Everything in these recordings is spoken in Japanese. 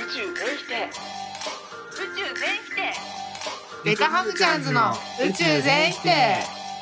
宙全否定デカハムチャンズの宇宙全否定。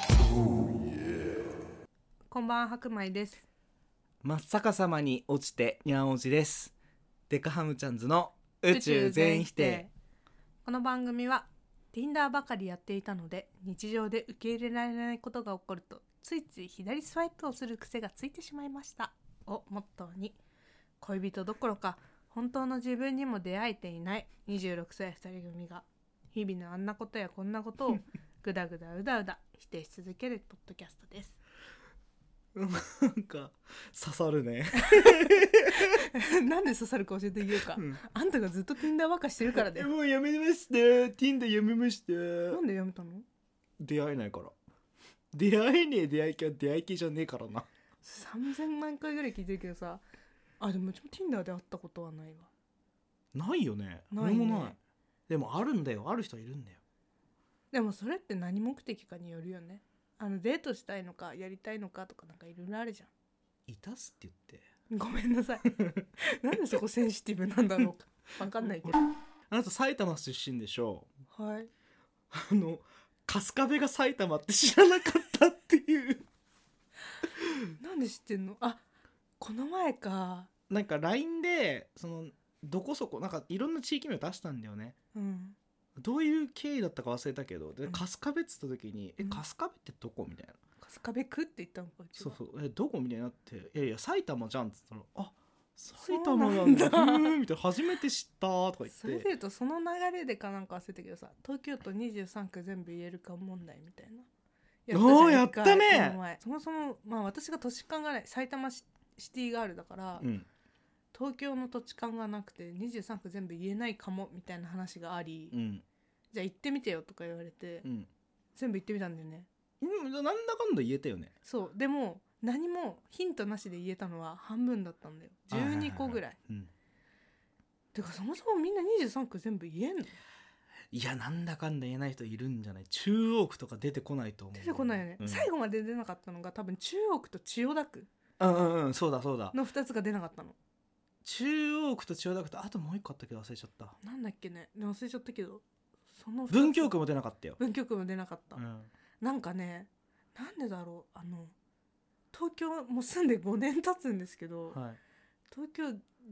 こんばんは、白米です。 真っ逆さまに落ちてにゃんおじです。デカハムチャンズの宇宙全否定。 この番組は Tinder ばかりやっていたので、日常で受け入れられないことが起こるとついつい左スワイプをする癖がついてしまいましたをモットーに、恋人どころか本当の自分にも出会えていない26歳2人組が日々のあんなことやこんなことをぐだぐだうだうだ否定し続けるポッドキャストです。 なんか刺さるねなんで刺さるか教えて言うか、あんたがずっと Tinder ばっかしてるからで。 もうやめました。 Tinder やめました。 なんでやめたの？ 出会えないから。出会えねえ出会い系じゃねえからな。 3000万回ぐらい聞いてるけどさ、あ、でもうちも Tinder で会ったことはないわ。 ないよね。 ないね。 俺もない。でもあるんだよ。ある人いるんだよ。 でもそれって何目的かによるよね。デートしたいのかやりたいのかとかなんかいろいろあるじゃん。 いたすって言って。 ごめんなさいなんでそこセンシティブなんだろうかわかんないけど。 あなた埼玉出身でしょ。 はい。 春日部が埼玉って知らなかったっていうなんで知ってんの？あ、この前か。 なんか LINE でどこそこなんかいろんな地域名を出したんだよね。 うん。 どういう経緯だったか忘れたけど、で春日部って言った時に、 うん春日部ってどこみたいな。 春日部区って言ったのか。 そうそうどこみたいになって、いや埼玉じゃんっつったら、あ埼そうな玉なんんだだみたいな、初めて知ったとか言って。 それで言うとその流れでかなんか忘れたけどさ、東京都23区全部言えるか問題みたいなやったね。 この前そもそもまあ私が土地勘がない、埼玉シティガールだから、 うん、 東京の土地勘がなくて23区全部言えないかもみたいな話があり、 うんじゃあ行ってみてよとか言われて、全部行ってみたんだよね。 なんだかんだ言えたよね。 そうでも何もヒントなしで言えたのは半分だったんだよ。12個ぐらい、てかそもそもみんな23区全部言えんの？ いやなんだかんだ言えない人いるんじゃない？中央区とか出てこないと思う。 出てこないよね、最後まで出なかったのが多分中央区と千代田区そうだそうだの2つが出なかったの。 中央区と千代田区とあともう一個あったけど忘れちゃった。 なんだっけね、忘れちゃったけど、その文京区も出なかったよ。 文京区も出なかった、なんかね、なんでだろう、東京もう住んで5年経つんですけど、東京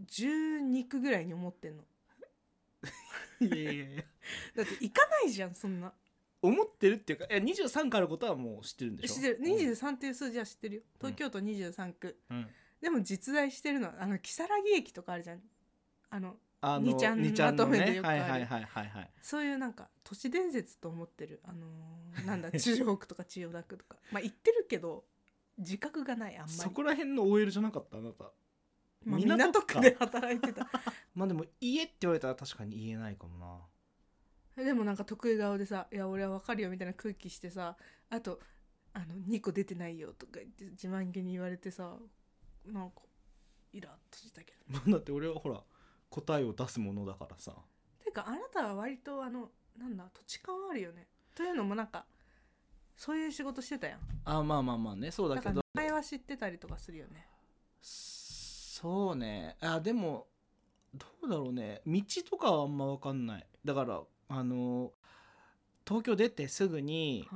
12区ぐらいに思ってんのいやいやいやだって行かないじゃんそんな。 思ってるっていうか、23区あることはもう知ってるんでしょ。 知ってる、23っていう数字は知ってるよ。東京都23区、でも実在してるのは如月駅とかあるじゃん、2ちゃんまとめでよくある、そういうなんか都市伝説と思ってる、なんだ中央区とか千代田区とかまあ言ってるけど自覚がない、あんまり。 そこら辺の OL じゃなかったあなた。 まあ、港区で働いてたまあでも家って言われたら確かに言えないかもな。 でもなんか得意顔でさ、いや俺は分かるよみたいな空気してさ、あと2個出てないよとか言って自慢げに言われてさ、なんかイラッとしたけどだって俺はほら答えを出すものだからさ。 てかあなたは割となんだ土地勘あるよね。というのもなんかそういう仕事してたやん。 まあね、そうだけど、 名前は知ってたりとかするよね。 そうね。でもどうだろうね、道とかはあんま分かんない。だから東京出てすぐに、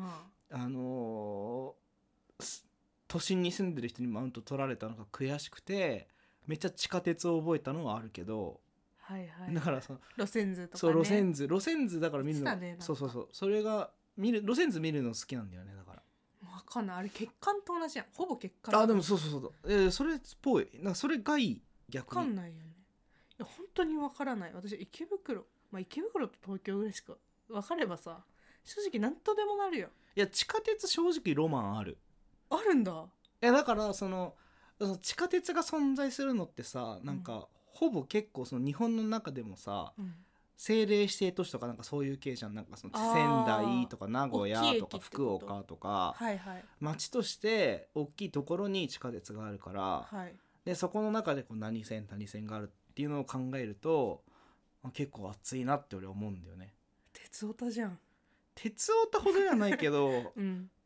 都心に住んでる人にマウント取られたのが悔しくて、めっちゃ地下鉄を覚えたのはあるけど、だから路線図とかね。 そう路線図だから見るの、 ね、 そうそれが路線図見るの好きなんだよね。だから分かんない、あれ血管と同じやん、ほぼ血管。 でもそうそれっぽい、なんかそれがいい。逆に分かんないよね。いや本当に分からない。私池袋、池袋と東京ぐらいしか分かればさ、正直何とでもなるよ。 いや地下鉄正直ロマンあるんだ。 いやだからその地下鉄が存在するのってさ、なんか、ほぼ結構日本の中でもさ、政令指定都市とかなんかそういう系じゃん。なんか仙台とか名古屋とか福岡とか、町として大きいところに地下鉄があるから、でそこの中で何線谷線があるっていうのを考えると結構熱いなって俺思うんだよね。 鉄オタじゃん。 鉄オタほどではないけど、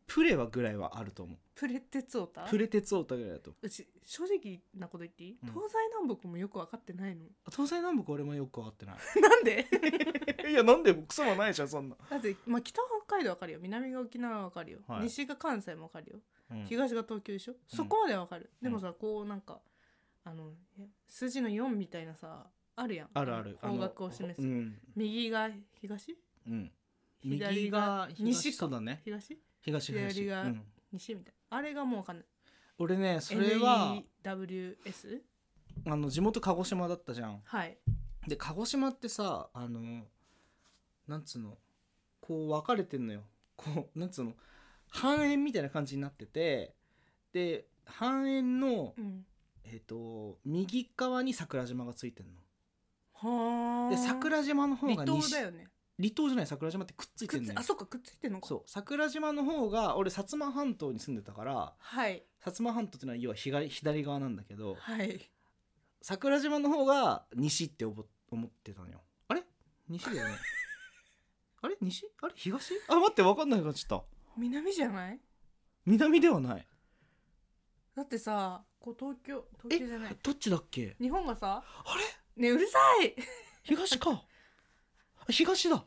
プレはぐらいはあると思う。 プレ鉄オタ。 プレ鉄オタぐらいだと。 うち正直なこと言っていい、東西南北もよく分かってないの。 東西南北俺もよく分かってないなんでいやなんでクソもないじゃんそんな。 だって、まあ、北は北海道分かるよ、南が沖縄分かるよ、 はい、 西が関西も分かるよ、 うん、 東が東京でしょ、そこまで分かる、でもさこうなんか数字の4みたいなさあるやん。 あるある。 方角を示す、右が東、 右が西か。 そうだね。 東左が西みたいな、あれがもう分かんない。 俺ねそれは NEWS 地元鹿児島だったじゃん。 はい。 で鹿児島ってさなんつうのこう分かれてんのよ。こうなんつうの半円みたいな感じになってて、で半円の、右側に桜島がついてんの。 はあ。 で桜島の方が離島だよね。 離島じゃない、桜島ってくっついてんのよ。 あ、そっか、くっついてんのか。 そう、桜島の方が俺薩摩半島に住んでたから、 はい、 薩摩半島ってのは要は左側なんだけど、 はい、 桜島の方が西って思ってたのよ。あれ西だよねあれ西あれ東あ、待って分かんないからちょっと南じゃない？ 南ではない。 だってさ、こう東京じゃない。 どっちだっけ？ 日本がさ、 あれねえうるさい東か東だ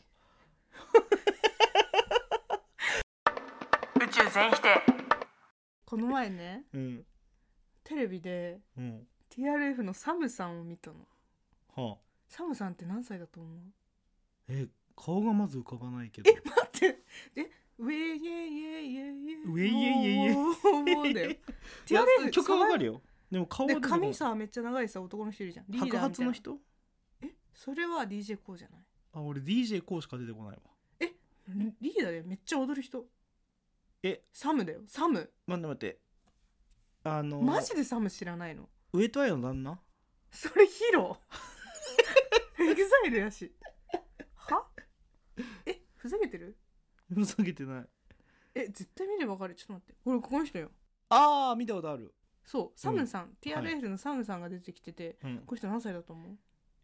宇宙全否定。この前ね、テレビで、TRF のサムさんを見たの。サムさんって何歳だと思う？ 顔がまず浮かばないけど。 待ってウェイイェイイェイイェイウェイイェイイェイイェイもうだよ。 TRF 曲はわかるよ。でも顔はで髪さめっちゃ長いさ男の人いるじゃん。リーダーみたいな。白髪の人？それは DJ コウじゃない？ あ、俺 DJ コウしか出てこないわ。 リーダーでめっちゃ踊る人。サムだよ、サム。 待ってマジでサム知らないの？ 上戸彩の旦那？ それヒロエグザイルやし。は？ふざけてる？ ふざけてない。 絶対見れば分かる。ちょっと待って、俺この人よ。 あー見たことある。 そう、サムさん、TRF のサムさんが出てきてて、この人何歳だと思う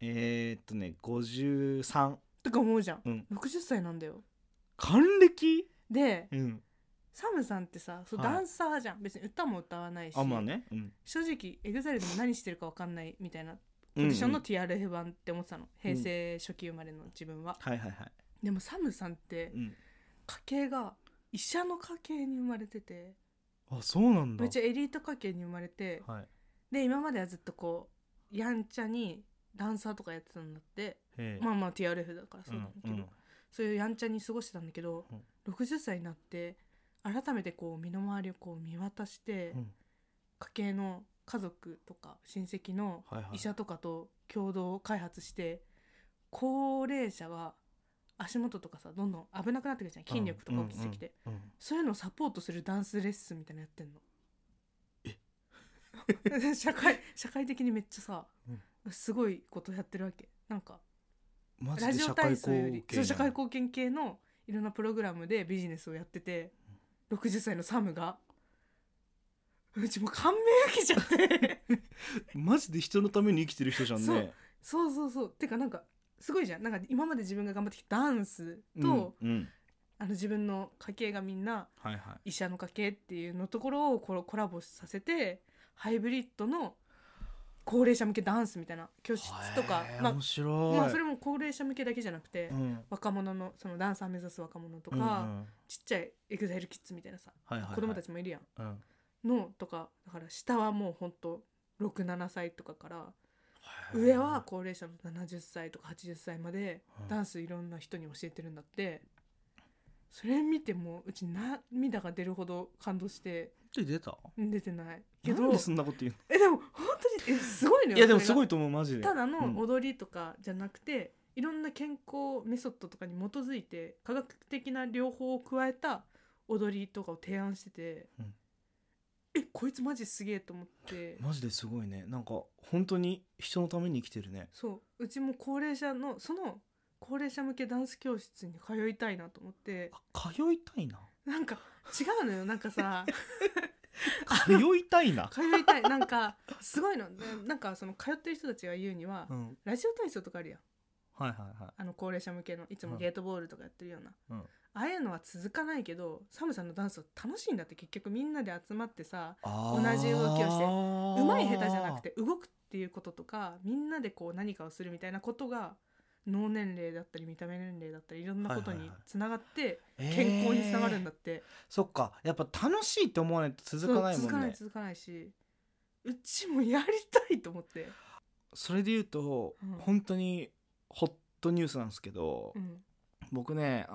？53 とか思うじゃん、60歳なんだよ。 還暦で、サムさんってさ、ダンサーじゃん、別に歌も歌わないし、 まあね、 正直 EXILE でも何してるか分かんないみたいなポジションの TRF 版って思ってたの、平成初期生まれの自分は。でもサムさんって、家系が医者の家系に生まれてて、 あ、そうなんだ。 めっちゃエリート家系に生まれて、で今まではずっとこうやんちゃにダンサーとかやってたんだって。まあ TRF だからそうなんだけど、そういうやんちゃに過ごしてたんだけど、60歳になって改めてこう身の回りをこう見渡して、家系の家族とか親戚の医者とかと共同開発して、高齢者が足元とかさどんどん危なくなってくるじゃん、筋力とか落ちてきて、そういうのをサポートするダンスレッスンみたいなのやってんの。社会的にめっちゃさ、すごいことやってるわけ。なんかマジでラジオ体操より社会貢献系のいろんなプログラムでビジネスをやってて、60歳のサムがうちも感銘受けちゃってマジで人のために生きてる人じゃんね。 そうてかなんかすごいじゃん。なんか今まで自分が頑張ってきたダンスと、自分の家系がみんな医者の家系っていうのところをコラボさせて、ハイブリッドの高齢者向けダンスみたいな教室とか、 面白い。 まあそれも高齢者向けだけじゃなくて、若者のそのダンサー目指す若者とか、ちっちゃいEXILEキッズみたいなさ、子供たちもいるやん、のとかだから、下はもうほんと6、7歳とかから、上は高齢者の70歳とか80歳までダンスいろんな人に教えてるんだって。それ見てもうち涙が出るほど感動して。 出た？ 出てないけど。 なんでそんなこと言うの？ でも本当にすごいのよ。 いやでもすごいと思うマジで。 ただの踊りとかじゃなくて、いろんな健康メソッドとかに基づいて科学的な療法を加えた踊りとかを提案してて、こいつマジすげえと思って。 マジですごいね。なんか本当に人のために生きてるね。 そう、うちも高齢者のその高齢者向けダンス教室に通いたいなと思って。 通いたいな。 なんか違うのよ、なんかさ通いたいな通いたい、なんかすごいの。なんかその通ってる人たちが言うには、ラジオ体操とかあるやん。 はいはいはい。 高齢者向けのいつもゲートボールとかやってるような、 うん、 ああいうのは続かないけど、サムさんのダンスは楽しいんだって。結局みんなで集まってさ、同じ動きをして上手い下手じゃなくて動くっていうこととか、みんなでこう何かをするみたいなことが脳年齢だったり見た目年齢だったりいろんなことにつながって健康につながるんだって、 そっか、やっぱ楽しいって思わないと続かないもんね。 続かないし、うちもやりたいと思って。 それで言うと、本当にホットニュースなんですけど、僕ね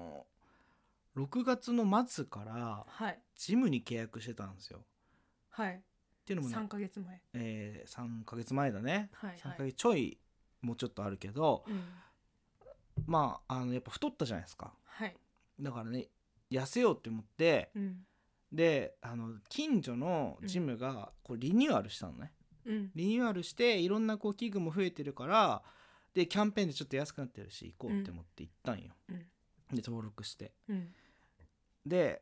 6月の末からジムに契約してたんですよ。 はい。 っていうのもね、 3ヶ月前。 3ヶ月前だね。 はいはい、 3ヶ月ちょいもうちょっとあるけど、まあやっぱ太ったじゃないですか。 はい。 だからね、痩せようって思って、で近所のジムがこうリニューアルしたのね。リニューアルしていろんなこう器具も増えてるから、でキャンペーンでちょっと安くなってるし行こうって思って行ったんよ。で登録して、で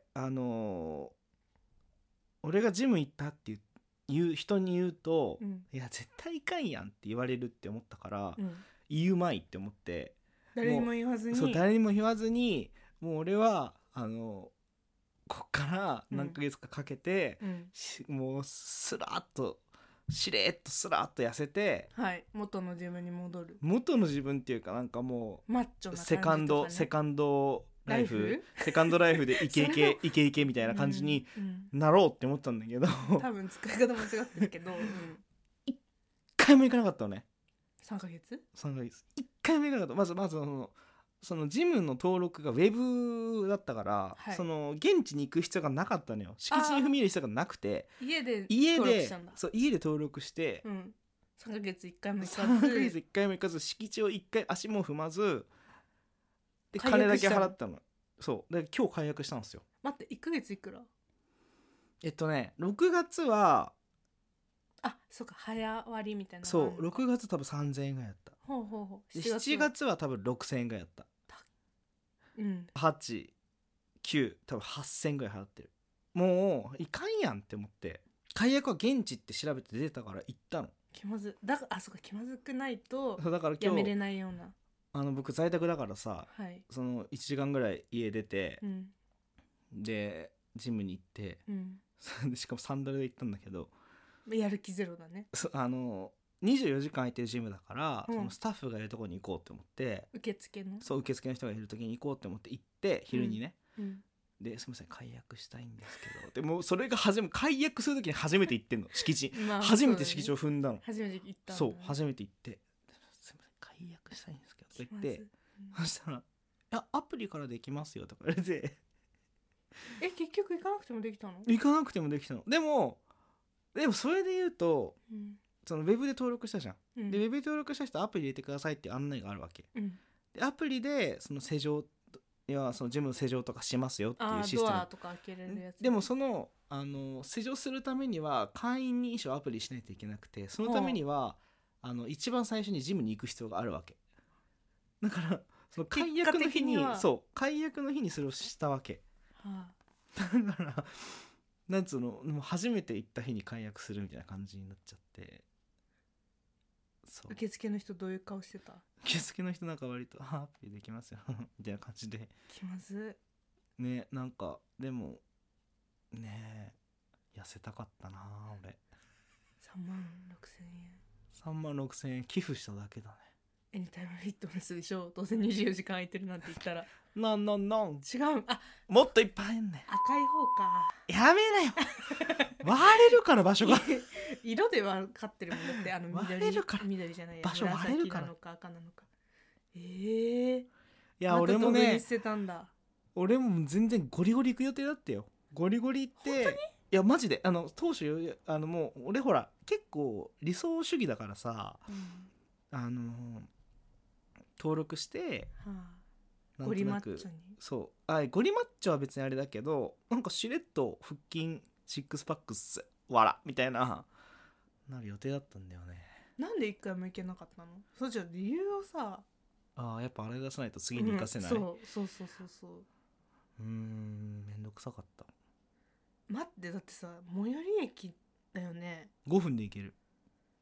俺がジム行ったって言う人に言うと、いや絶対いかんやんって言われるって思ったから、言うまいって思って、 誰にも言わずに、 そう誰にも言わずに、もう俺はこっから何ヶ月かかけて、もうスラッとしれっとスラッと痩せて、 はい、元の自分に戻る。 元の自分っていうか、なんかもうマッチョな感じとか、ね、 セカンドライフでイケイケみたいな感じになろうって思ったんだけど、 多分使い方間違ってるけど、 一回も行かなかったのね。 3ヶ月一回も行かなかった。まずそのジムの登録がウェブだったから、その現地に行く必要がなかったのよ。敷地に踏み入る必要がなくて、 家で登録したんだ。 そう、家で登録して、 3ヶ月1回も行かず、 3ヶ月1回も行かず、敷地を1回足も踏まずで金だけ払ったの。そうで今日解約したんですよ。 待って、1ヶ月いくら ？6月はそうか、早割りみたいな。 そう6月多分3000円ぐらいやった。7月は多分6000円ぐらいやった。8、9多分8000円ぐらい払ってる。もういかんやんって思って、解約は現地って調べて出たから行ったの。 気まずだからそうか、気まずくないとだからやめれないような。 僕在宅だからさ、その1時間ぐらい家出て、でジムに行って、しかもサンダルで行ったんだけど、 やる気ゼロだね。 24時間空いてるジムだから、そのスタッフがいるところに行こうって思って、 受付の人がいる時に行こうって思って行って、昼にね、ですみません解約したいんですけど、でもそれが解約する時に初めて行ってんの、敷地、初めて敷地を踏んだの。 初めて行ったんだ、 そう初めて行って、すみません解約したいんですけどと言って、そしたら「いやアプリからできますよ」とか言われて結局行かなくてもできたの？ 行かなくてもできたの。でもそれで言うと、そのウェブで登録したじゃん、でウェブで登録した人アプリ入れてくださいっていう案内があるわけ、でアプリでその施錠やそのジムの施錠とかしますよっていうシステム。 ドアとか開けれるやつ。 でもその施錠するためには会員認証アプリしないといけなくて、そのためには一番最初にジムに行く必要があるわけだから、その解約の日に解約の日にそれをしたわけ、だからなんつうの、もう初めて行った日に解約するみたいな感じになっちゃって。そう受付の人どういう顔してた？ 受付の人なんか割とアプリできますよみたいな感じで、 気まずね。なんかでもね、痩せたかったな俺。 3万6000円寄付しただけだね。 エニタイムフィットネスでしょ。どうせ24時間空いてるなんて言ったらなん違う、もっといっぱいあんねん。 赤い方か。 やめなよ割れるから場所が色で分かってるもんだって。 割れるから緑じゃないや、 場所割れるから。 紫なのか赤なのか。いや俺もね、 捨てたんだ。 俺も全然ゴリゴリ行く予定だったよ。ゴリゴリ行って、 本当に？ いやマジで当初もう俺ほら結構理想主義だからさ、登録して、 ゴリマッチョに。 そうゴリマッチョは別にあれだけど、なんかしれっと腹筋シックスパックスわらみたいなる予定だったんだよね。 なんで一回も行けなかったの？そうじゃ理由をさ。 やっぱあれ出さないと次に行かせない、 そうめんどくさかった。 待って、だってさ最寄り駅だよね。 5分で行ける。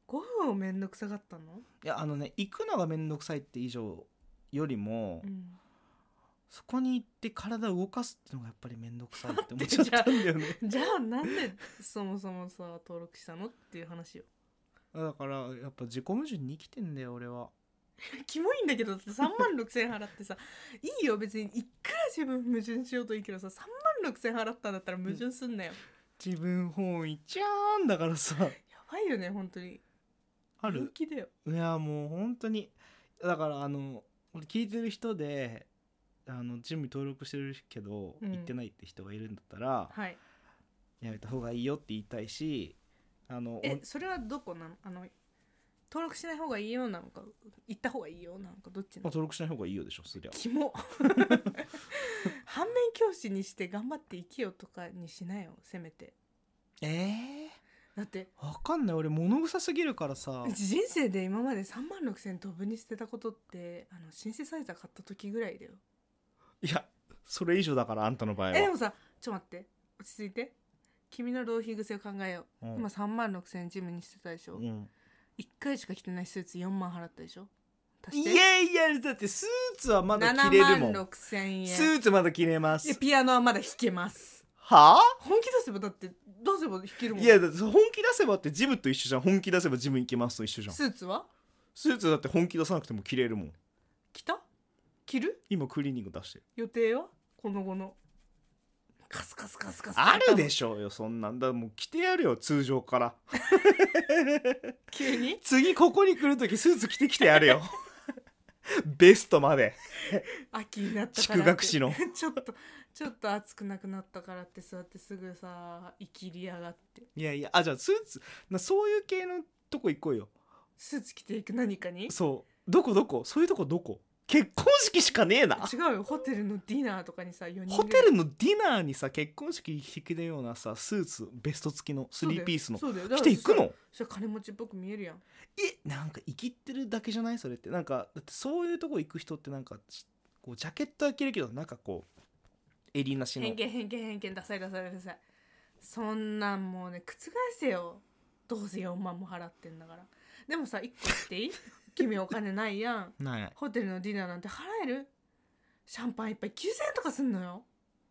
5分をめんどくさがったの？ いや行くのがめんどくさいって以上よりも、そこに行って体を動かすっていうのがやっぱりめんどくさいって思っちゃったんだよねじゃあなんでそもそもさ登録したのっていう話よ。 だからやっぱ自己矛盾に生きてんだよ俺は。 キモいんだけど3万6,000円払ってさいいよ別にいくら自分矛盾しようといいけどさ3万6,000円払ったんだったら矛盾すんなよ。 自分本位じゃーんだからさ。 やばいよね本当に。 ある。 病気だよ。 いやもう本当にだから俺聞いてる人でジムに登録してるけど、行ってないって人がいるんだったら、 はい、 やめた方がいいよって言いたいしそれはどこなの？登録しない方がいいよなのか行った方がいいよなのかどっちなの？ 登録しない方がいいよでしょそりゃ。 キモ反面教師にして頑張って生きようとかにしなよせめて。だってわかんない俺物臭すぎるからさ。 人生で今まで3万6,000円ドブに捨てたことってシンセサイザー買った時ぐらいだよ。 いやそれ以上だからあんたの場合は。 でもさちょっと待って落ち着いて。君の浪費癖を考えよう、今3万6,000円ジムにしてたでしょ、1回しか着てないスーツ4万払ったでしょ。足して。 いやだってスーツはまだ着れるもん。 7万6,000円。 スーツまだ着れます。 ピアノはまだ弾けます。 はあ？ 本気出せばだって出せば弾けるもん。 いやだって本気出せばってジムと一緒じゃん。本気出せばジム行けますと一緒じゃん。 スーツはだって本気出さなくても着れるもん。 着る？ 今クリーニング出してる。 予定はこの後のカスカスあるでしょうよそんなんだ。もう着てやるよ通常から急に次ここに来るときスーツ着てきてやるよベストまで秋になったからって宿学士のちょっと暑くなくなったからってそうやってすぐさ生きりやがって。 いやじゃあスーツそういう系のとこ行こうよ。 スーツ着ていく何かに。 そうどこそういうとこどこ？結婚式しかねえな。 違うよホテルのディナーとかにさ4人ホテルのディナーにさ結婚式引き出ようなさスーツベスト付きの3ピースの着ていくの？ それ金持ちっぽく見えるやん。 なんか生きってるだけじゃないそれって。なんかだってそういうとこ行く人ってなんかこうジャケットは着るけどなんかこう襟なしの偏見ダサい。そんなんもうね覆せよ。どうせ4万も払ってんだから。でもさ1個言っていい？君お金ないやん。 ない。 ホテルのディナーなんて払える？シャンパン一杯9,000円とかすんのよ。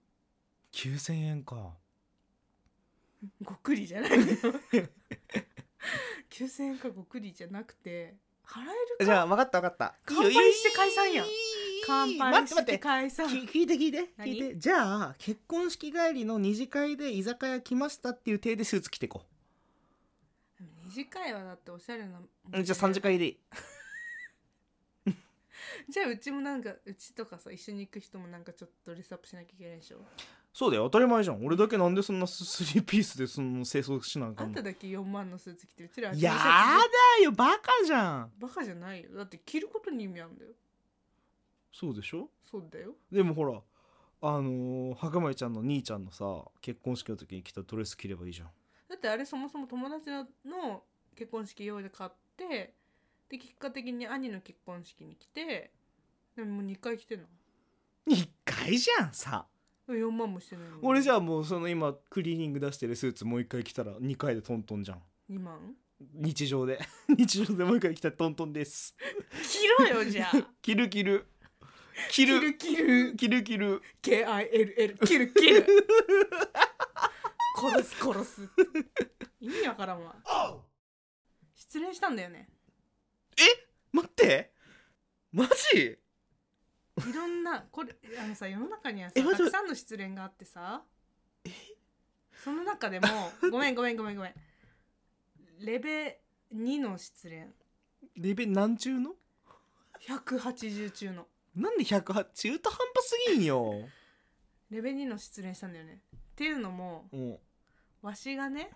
9,000円か。 ごくりじゃないの9,000円かごくりじゃなくて払えるか。 じゃあ分かった乾杯して解散やん。乾杯して解散。 聞いて。じゃあ結婚式帰りの二次会で居酒屋来ましたっていう体でスーツ着てこう。二次会はだっておしゃれな。 じゃあ3次会でいいじゃあうちもなんかうちとかさ一緒に行く人もなんかちょっとドレスアップしなきゃいけないでしょ。 そうだよ当たり前じゃん。俺だけなんでそんな3ピースでその清掃しなあかんの？ あんただけ4万のスーツ着てうちらはやだよバカじゃん。 バカじゃないよ。だって着ることに意味あるんだよ。 そうでしょ。 そうだよ。 でもほら白米ちゃんの兄ちゃんのさ結婚式の時に着たドレス着ればいいじゃん。 だってあれそもそも友達の結婚式用で買ってで結果的に兄の結婚式に来てでももう2回来てんの。 1回じゃんさ。 4万もしてないの。 俺じゃあもうその今クリーニング出してるスーツもう1回着たら2回でトントンじゃん。 2万日常でもう1回着たらトントンです。 着ろよじゃあ着る KILL KILL KILLキル殺す意味わからんわ。失恋したんだよね。 待ってマジ？ いろんなこれさ世の中にはさたくさんの失恋があってさその中でもごめんレベ2の失恋レベ何中の 180中のなんで108中途半端すぎんよレベ2の失恋したんだよね。っていうのもわしがね、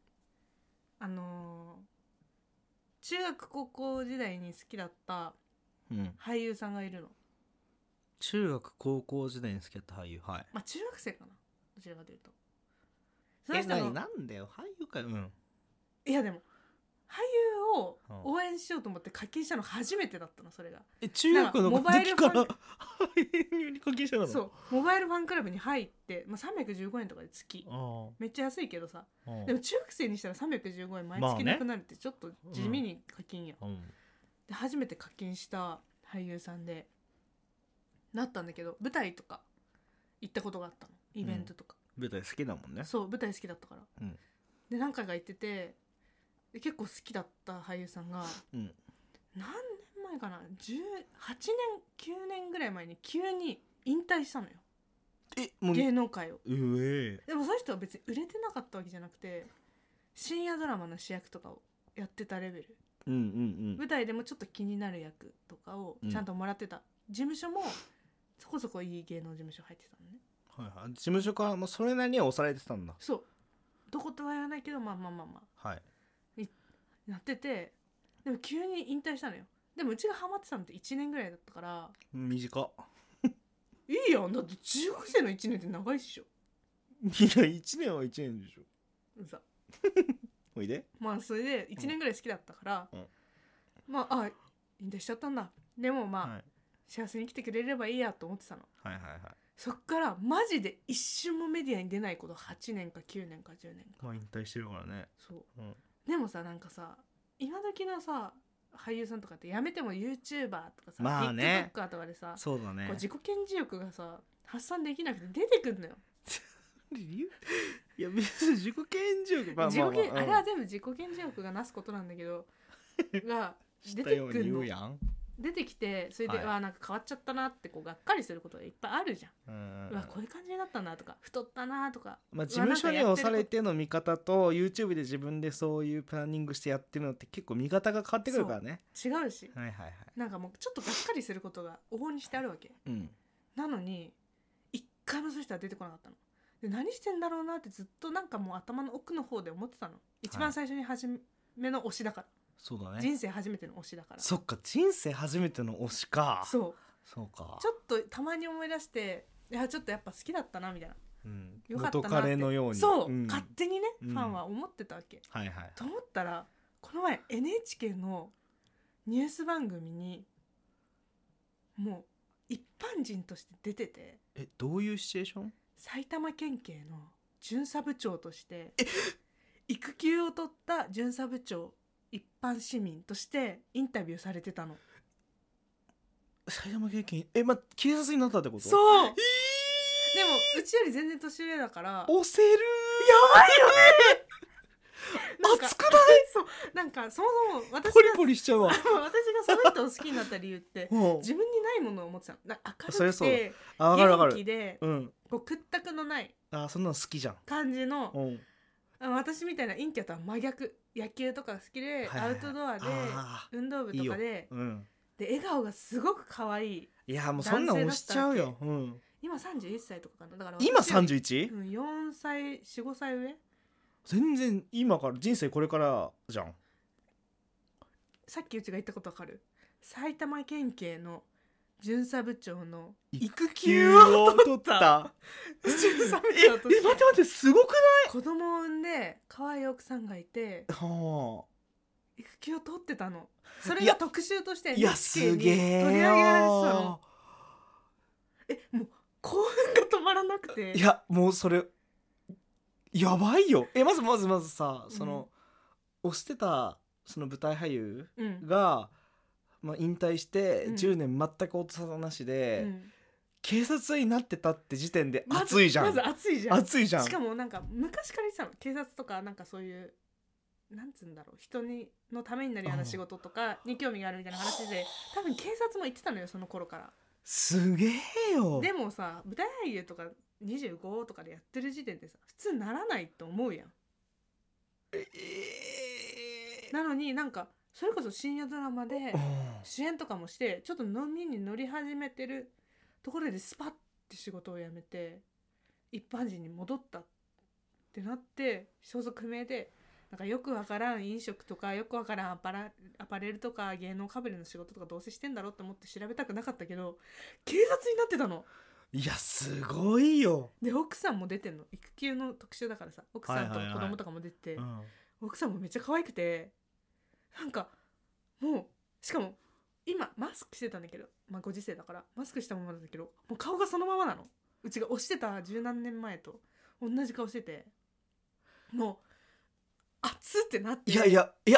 中学高校時代に好きだった俳優さんがいるの。 中学高校時代に好きだった俳優。はい。 まあ中学生かなどちらかというと。その人のなんだよ俳優かよ。 いやでも優を応援しようと思って課金したの初めてだったの。それが中学のモバイルファン時から俳優に課金したの。 そうモバイルファンクラブに入って、315円とかで月めっちゃ安いけどさ、でも中学生にしたら315円毎月なくなるってちょっと地味に課金や、で初めて課金した俳優さんでなったんだけど、舞台とか行ったことがあったの、イベントとか、 舞台好きだもんね。 そう舞台好きだったから、で何回か行ってて、で結構好きだった俳優さんが、何年前かな、8年9年ぐらい前に急に引退したのよ、 もう芸能界を。 でもその人は別に売れてなかったわけじゃなくて、深夜ドラマの主役とかをやってたレベル、舞台でもちょっと気になる役とかをちゃんともらってた、事務所もそこそこいい芸能事務所入ってたのね。 事務所からもそれなりには押されてたんだ。 そうどことは言わないけどやってて、でも急に引退したのよ。でもうちがハマってたのって1年ぐらいだったから。 短っいいやん、だって中学生の1年って長いっしょ。 いや1年は1年でしょ。おいでそれで1年ぐらい好きだったから、引退しちゃったんだ。でも幸せに生きてくれればいいやと思ってたの。そっからマジで一瞬もメディアに出ないこと8年か9年か10年か。 引退してるからね。 そう、でもさ、なんかさ、今時のさ俳優さんとかってやめても YouTuber とかさ、TikToker とかでさ、 そうだね、 自己顕示欲がさ発散できなくて出てくんのよ。 いや別に自己顕示欲、 あれは全部自己顕示欲がなすことなんだけどが出てくるの。出てきて、それで、なんか変わっちゃったなってこうがっかりすることがいっぱいあるじゃん。こういう感じになったんだとか、太ったなとか、 事務所に押されての見方と YouTube で自分でそういうプランニングしてやってるのって結構見方が変わってくるからね。 違うし、なんかもうちょっとがっかりすることが往々にしてあるわけ、なのに一回もそういう人は出てこなかったので、何してんだろうなってずっとなんかもう頭の奥の方で思ってたの。一番最初に初めの推しだから。 そうだね、 人生初めての推しだから。 そっか、人生初めての推しか。そうか。 ちょっとたまに思い出して、いやちょっとやっぱ好きだったなみたいな、よかったなって元彼のように、 勝手にね、ファンは思ってたわけ、と思ったらこの前 NHK のニュース番組にもう一般人として出てて。 どういうシチュエーション？ 埼玉県警の巡査部長として育休を取った巡査部長、一般市民としてインタビューされてたの。 埼玉県警警察になったってこと？ そう、でもうちより全然年上だから押せる。やばいよね熱くない？ そうなんかそもそも私がポリポリしちゃうわ私がその人を好きになった理由って自分にないものを持ってたの。明るくて元気で、こう屈託のないそんなの好きじゃん感じの、私みたいな陰キャとは真逆。野球とか好きで、アウトドアで運動部とかで、で笑顔がすごく可愛い。 いやもうそんなん押しちゃうよ、 今31歳とかかな。だから今 31？ 4歳4、5歳上。 全然今から人生これからじゃん。 さっきうちが言ったことわかる？埼玉県警の巡査部長の育休を取った巡査部長として待ってすごくない？ 子供を産んで可愛い奥さんがいて、育休を取ってたの。それが特集として NHK に取り上げられてたの。もう興奮が止まらなくて。 いやもうそれやばいよ。まずさ、その推してたその舞台俳優が、引退して10年全く音沙汰なしで、警察になってたって時点で熱いじゃん。 まず熱いじゃん。しかもなんか昔から言ってたの。警察とかなんかそういうなんつうんだろう、人のためになるような仕事とかに興味があるみたいな話で、多分警察も言ってたのよ、その頃から。 すげえよ。 でもさ、舞台俳優とか25とかでやってる時点でさ、普通ならないと思うやん。なのになんかそれこそ深夜ドラマで主演とかもしてちょっと飲みに乗り始めてるところでスパッて仕事を辞めて一般人に戻ったってなって、所属不明でなんかよくわからん飲食とかよくわからんアパレルとか芸能かぶりの仕事とかどうせしてんだろうって思って調べたくなかったけど警察になってたの。 いやすごいよ。 で奥さんも出てんの。育休の特集だからさ、奥さんと子供とかも出てて、奥さんもめっちゃ可愛くて、 なんかもうしかも今マスクしてたんだけど、まあご時世だからマスクしたままなんだけど、もう顔がそのままなの。うちが推してた十何年前と同じ顔してて、もう熱ってなって、 いや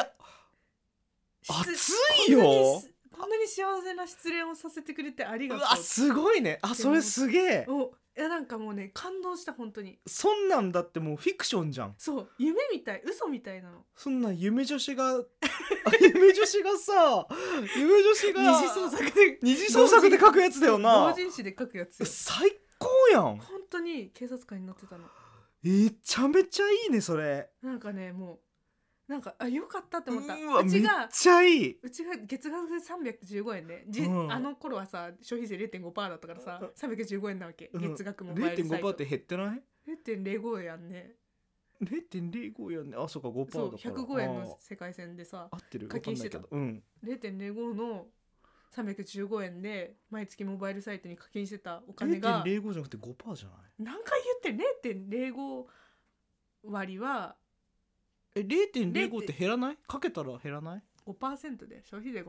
熱いよ。 こんなに幸せな失恋をさせてくれてありがとう。 うわすごいね。それすげえ。 いやなんかもうね感動した本当に。 そんなんだってもうフィクションじゃん。 そう夢みたい、嘘みたいなの。 そんな夢女子が夢女子がさ夢女子が二次創作で書くやつだよな。 同人誌で書くやつよ。 最高やん。 本当に警察官になってたの。 めちゃめちゃいいねそれ。 なんかねもうなんかよかったって思った。 うわうちがめっちゃいい。 うちが月額315円で、あの頃はさ消費税 0.5% だったからさ315円なわけ、月額モバイルサイト。 0.5% って減ってない？ 0.05 やんね。 0.05 やんね。そうか 5% だから。 そう105円の世界線でさ合ってる課金してた。0.05 の315円で毎月モバイルサイトに課金してたお金が 0.05 じゃなくて 5% じゃない？ 何回言って 0.05 割は 0.05 って減らない？かけたら減らない？ 5% で消費税 5%。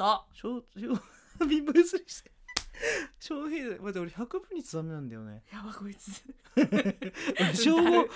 貧乏ゆすりして消費税待って俺100分率ダメなんだよね。 やばこいつ小5のね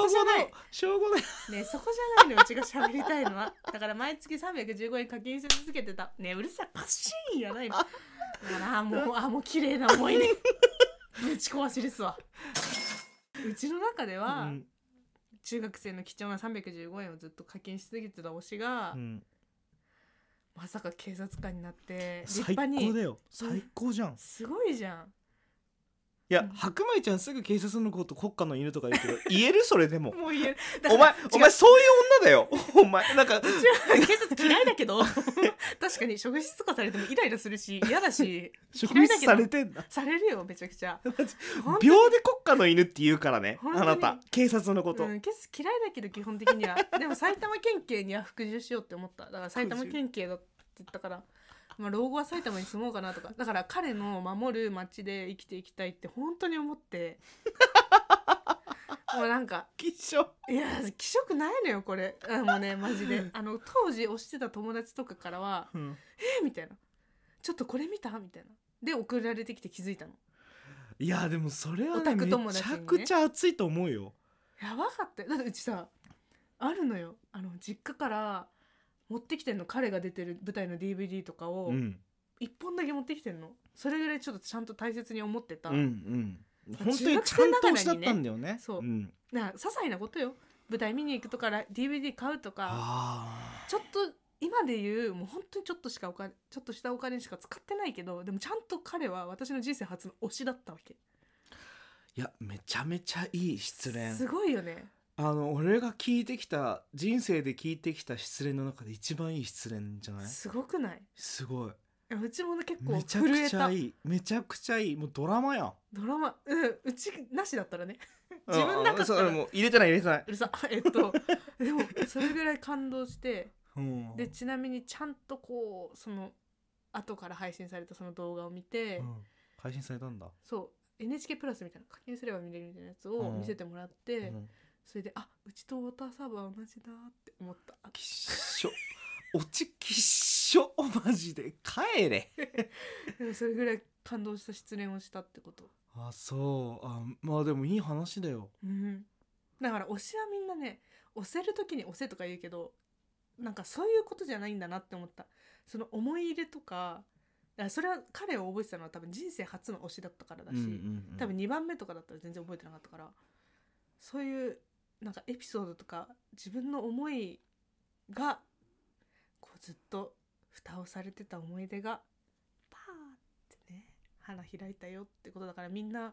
そこじゃないのうちが喋りたいのは。だから毎月315円課金し続けてたね。うるさいパッシーンやないの。だからもう綺麗な思い出ぶち壊しですわ。うちの中では、中学生の貴重な315円をずっと課金しすぎてた推しが、まさか警察官になって立派に。 最高だよ。最高じゃん。 すごいじゃん。 いや白米ちゃんすぐ警察のこと国家の犬とか言うけど言える？それでももう言える。 お前そういう女だよお前なんかうちは警察嫌いだけど確かに職質とかされてもイライラするし嫌だし職質されてんだ。 されるよめちゃくちゃ。 秒で国家の犬って言うからねあなた警察のこと、 警察嫌いだけど基本的にはでも埼玉県警には服従しようって思った。だから埼玉県警だって言ったから老後は埼玉に住もうかなとか。だから彼の守る町で生きていきたいって本当に思ってもうなんかきっしょ。 いや気色ないのよこれ。もうねマジで当時推してた友達とかからは、みたいな、ちょっとこれ見たみたいなで送られてきて気づいたの。 いやでもそれはねめちゃくちゃ熱いと思うよ。 やばかったよ。だってうちさあるのよ実家から持ってきてんの。彼が出てる舞台の DVD とかを1本だけ持ってきてんの。それぐらいちょっとちゃんと大切に思ってた。 本当にちゃんとしだったんだよね。 そう、だから些細なことよ。舞台見に行くとか DVD 買うとかちょっと今で言うもう本当にちょっとしたお金しか使ってないけど、でもちゃんと彼は私の人生初の推しだったわけ。 いやめちゃめちゃいい失恋。 すごいよね。 俺が聞いてきた人生で聞いてきた失恋の中で一番いい失恋じゃない？ すごくない？ すごい。 うちも結構めちゃくちゃいい。めちゃくちゃいい。もうドラマやん。 ドラマ。うちなしだったらね自分なかったらもう入れてない。うるさでもそれぐらい感動してでちなみにちゃんとこうその後から配信されたその動画を見て、 配信されたんだ。そう NHK プラスみたいな課金すれば見れるみたいなやつを見せてもらって、それでうちとウォーターサーバー同じだって思った。 きっしょ落ちきっしょマジで帰れでもそれぐらい感動した失恋をしたってこと。 そうまあでもいい話だよ、 だから推しはみんなね推せる時に推せとか言うけどなんかそういうことじゃないんだなって思った。その思い入れとかそれは彼を覚えてたのは多分人生初の推しだったからだし、多分2番目とかだったら全然覚えてなかったから、そういうなんかエピソードとか自分の思いがこうずっと蓋をされてた思い出がパーってね花開いたよってことだから、みんな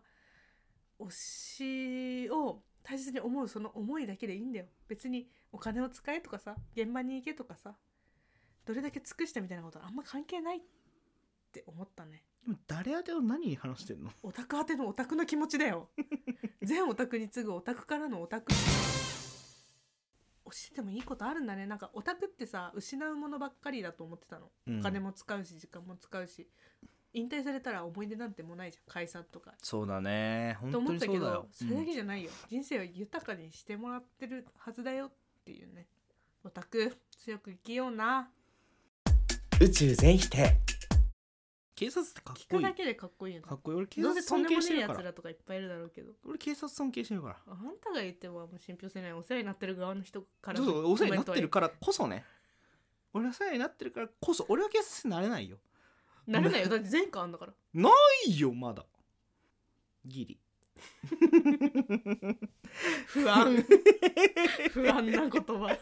推しを大切に思うその思いだけでいいんだよ。別にお金を使えとかさ現場に行けとかさどれだけ尽くしたみたいなことはあんま関係ないって思ったね。 でも誰宛てを何話してんの？ オタク宛てのオタクの気持ちだよ全オタクに次ぐオタクからのオタク。推しててもいいことあるんだね。なんかオタクってさ失うものばっかりだと思ってたの、お金も使うし時間も使うし引退されたら思い出なんてもうないじゃん、解散とか。 そうだね本当にそうだよ。と思ったけどそれだけじゃないよ、人生を豊かにしてもらってるはずだよっていうね。 オタク強く生きような。 宇宙全否定。警察ってかっ聞こいい。 くだけでかっこいいよね。 かっこいい。俺警どう察せとんでもねえ尊敬してるから。 やつらとかいっぱいいるだろうけど、 俺警察尊敬してるから。 あんたが言ってももう信憑性ない。お世話になってる側の人からそうそう、お世話になってるかからこそね。俺はお世話になってるからこそ、俺は警察になれないよ。 なれないよ。だって前科あんだから。 ないよまだ。ギリ。 不安な言葉。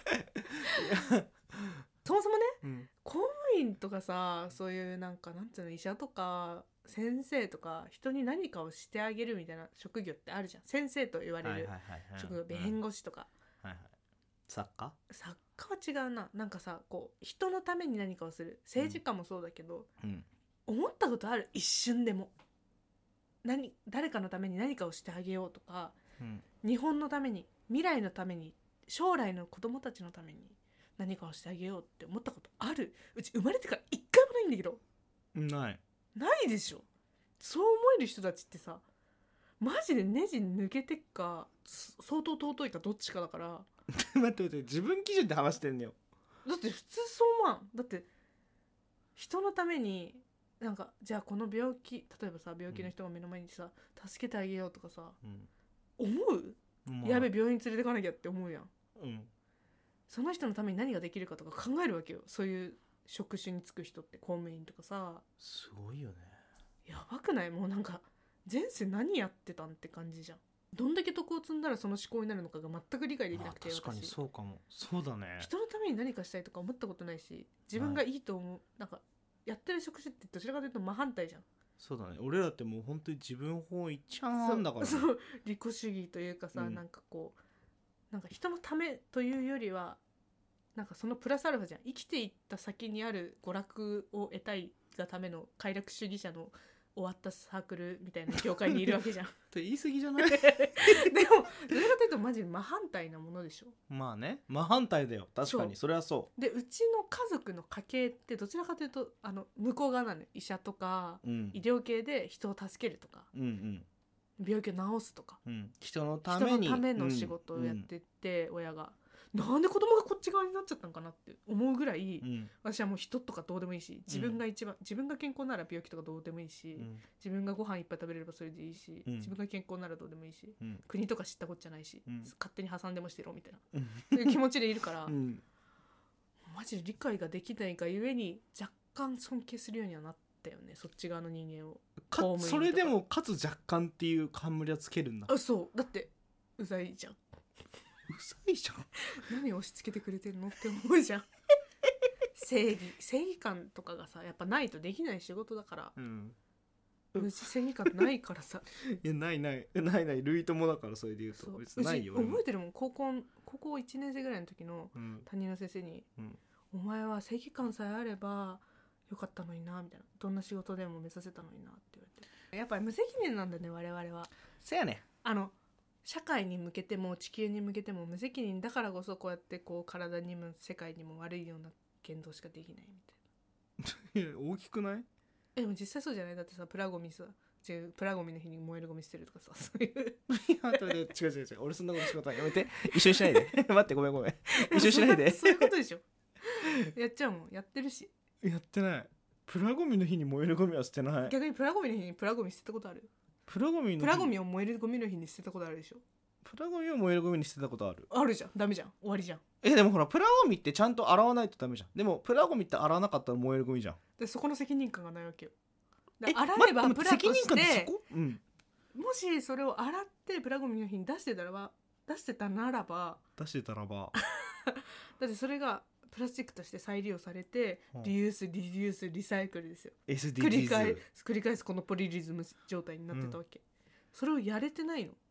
そもそもね、 うん公務員とかさ、そういうなんかなんつうの、医者とか先生とか人に何かをしてあげるみたいな職業ってあるじゃん。先生と言われる職業、弁護士とか、 はいはい、作家は違うな。なんかさ、こう人のために何かをする、政治家もそうだけど、思ったことある？一瞬でも誰かのために何かをしてあげようとか、日本のために、未来のために、将来の子供たちのために何かをしてあげようって思ったことある？うち生まれてから一回もないんだけど。ないでしょ。そう思える人たちってさ、マジでネジ抜けてっか相当尊いかどっちかだから。 待って自分基準で話してんのよ。 だって普通そう思わん。だって人のためになんか、じゃあこの病気、例えばさ、病気の人が目の前にさ、助けてあげようとかさ、思う？やべ病院連れてかなきゃって思うやん。その人のために何ができるかとか考えるわけよ。そういう職種に就く人って、公務員とかさ。 すごいよね。 やばくない？もうなんか前世何やってたんって感じじゃん。どんだけ徳を積んだらその思考になるのかが全く理解できなくて、 確かにそうかも。そうだね。 人のために何かしたいとか思ったことないし、自分がいいと思う、なんかやってる職種ってどちらかというと真反対じゃん。 そうだね。俺らってもう本当に自分本一ちゃんだから、ね、 そう利己主義というかさ、なんかこうなんか人のためというよりはなんかそのプラスアルファじゃん。生きていった先にある娯楽を得たいがための快楽主義者の終わったサークルみたいな業界にいるわけじゃん。 って言い過ぎじゃない？ でもどれかというとマジ真反対なものでしょ。 まあね、真反対だよ。確かにそれはそう。 でうちの家族の家系ってどちらかというと向こう側なのよ。医者とか、医療系で人を助けるとか、病気を治すとか、 人のための仕事をやってって、親がなんで子供がこっち側になっちゃったのかなって思うぐらい、私はもう人とかどうでもいいし、自分が健康なら病気とかどうでもいいし、自分がご飯いっぱい食べれればそれでいいし、自分が健康ならどうでもいいし、国とか知ったこっちゃないし、勝手に挟んでもしてろみたいな、そういう気持ちでいるから、マジで理解ができないがゆえに若干尊敬するようにはなったよね、そっち側の人間を。 それでもかつ若干っていう冠はつけるんだ。 そうだってうざいじゃん。 うざいじゃん。 何押し付けてくれてんのって思うじゃん。正義感とかがさやっぱないとできない仕事だから、うち正義感ないからさ。 いやない類友だから。それで言うと別にないよ。 覚えてるもん、高校1年生ぐらいの時の担任の先生に、お前は正義感さえあればよかったのになみたいな、どんな仕事でも目指せたのになって言われて。やっぱり無責任なんだね我々は。 せやね。 社会に向けても地球に向けても無責任だからこそ、こうやってこう体にも世界にも悪いような言動しかできないみたいな。 大きくない？ でも実際そうじゃない？だってさ、プラゴミの日に燃えるゴミ捨てるとかさ、そういう違う俺そんなこと仕事はやめて。一緒にしないで。待ってごめん一緒にしないで。 そういうことでしょ。やっちゃうもん。やってるし。 やってない。プラゴミの日に燃えるゴミは捨てない。 逆にプラゴミの日にプラゴミ捨てたことある？プラゴミを燃えるゴミの日に捨てたことあるでしょ。 プラゴミを燃えるゴミに捨てたことある？ あるじゃん。ダメじゃん。終わりじゃん。 でもほらプラゴミってちゃんと洗わないとダメじゃん。でもプラゴミって洗わなかったら燃えるゴミじゃん。 でそこの責任感がないわけよ。洗えばプラとして、もしそれを洗ってプラゴミの日に出してたならばだってそれがプラスチックとして再利用されて、リユースリデュースリサイクルですよ。繰り返すこのポリリズム状態になってたわけ、それをやれてないの。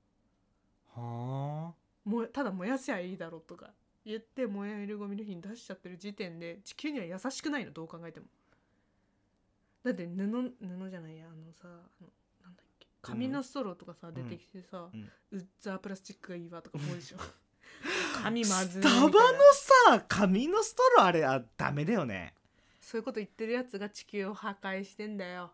はあ、ただ燃やしゃいいだろうとか言って燃えるゴミの日に出しちゃってる時点で地球には優しくないの、どう考えても。だって布じゃないや、なんだっけ、紙のストローとかさ、出てきてさ、ウッザープラスチックがいいわとか思うでしょ。紙まずいみたいな。 スタバのさ紙のストローあれダメだよね。 そういうこと言ってるやつが地球を破壊してんだよ。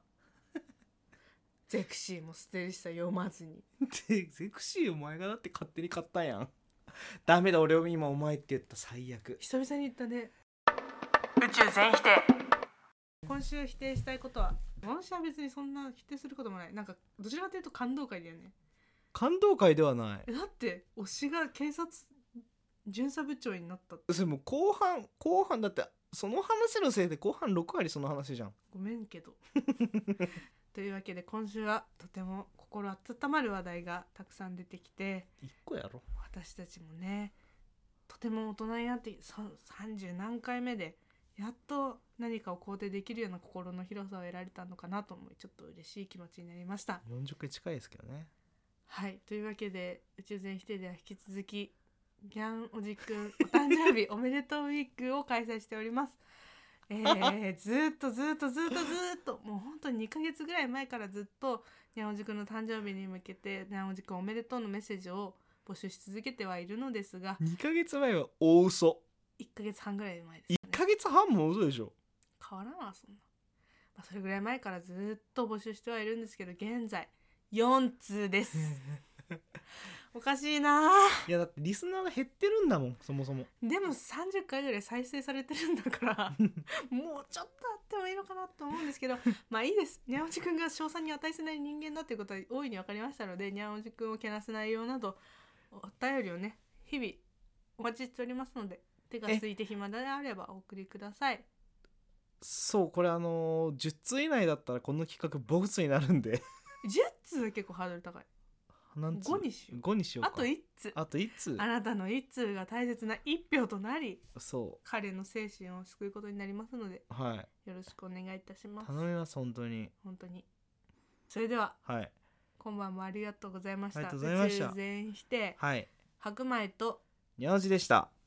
ゼクシーも捨てるしさ、読まずに。 ゼクシーお前がだって勝手に買ったやん。 ダメだ、俺を今お前って言った。最悪。 久々に言ったね。宇宙全否定。今週否定したいことは、今週は別にそんな否定することもない。なんかどちらかというと感動会だよね。 感動会ではない。 だって推しが警察巡査部長になった。 それもう後半だって、その話のせいで後半6割その話じゃん。 ごめんけどというわけで今週はとても心温まる話題がたくさん出てきて、 1個やろ。 私たちもねとても大人になって30何回目でやっと何かを肯定できるような心の広さを得られたのかなと思い、ちょっと嬉しい気持ちになりました。 40回近いですけどね。 はい、というわけで宇宙全否定では引き続きギャンおじくんお誕生日おめでとうウィークを開催しております。ずっともう本当に2ヶ月ぐらい前からずっとにゃんおじくんの誕生日に向けてにゃんおじくんおめでとうのメッセージを募集し続けてはいるのですが、 2ヶ月前は大嘘。 1ヶ月半ぐらい前ですね。 1ヶ月半も嘘でしょ。 変わらんわそんな、それぐらい前からずっと募集してはいるんですけど、現在4通ですおかしいな。 いやだってリスナーが減ってるんだもん、そもそも。 でも30回ぐらい再生されてるんだからもうちょっとあってもいいのかなと思うんですけどまあいいです。にゃんおじくんが称賛に値せない人間だということは大いに分かりましたので、にゃんおじくんをけなす内容などお便りをね日々お待ちしておりますので、手がついて暇であればお送りください。 そう、これ10通以内だったらこの企画ボツになるんで 10通は結構ハードル高い。 何通 5にしよう。 5にしようか。 あと1通。 あと1通。 あなたの1通が大切な1票となり、 そ彼の精神を救うことになりますので、 う、はい、 よろしくお願いいたします。 頼みます本当に。 本当に。それでは、 はい、 今晩もありがとうございました。 ありがとうございました。 宇宙全否定、 はい、 白米とにゃおじでした。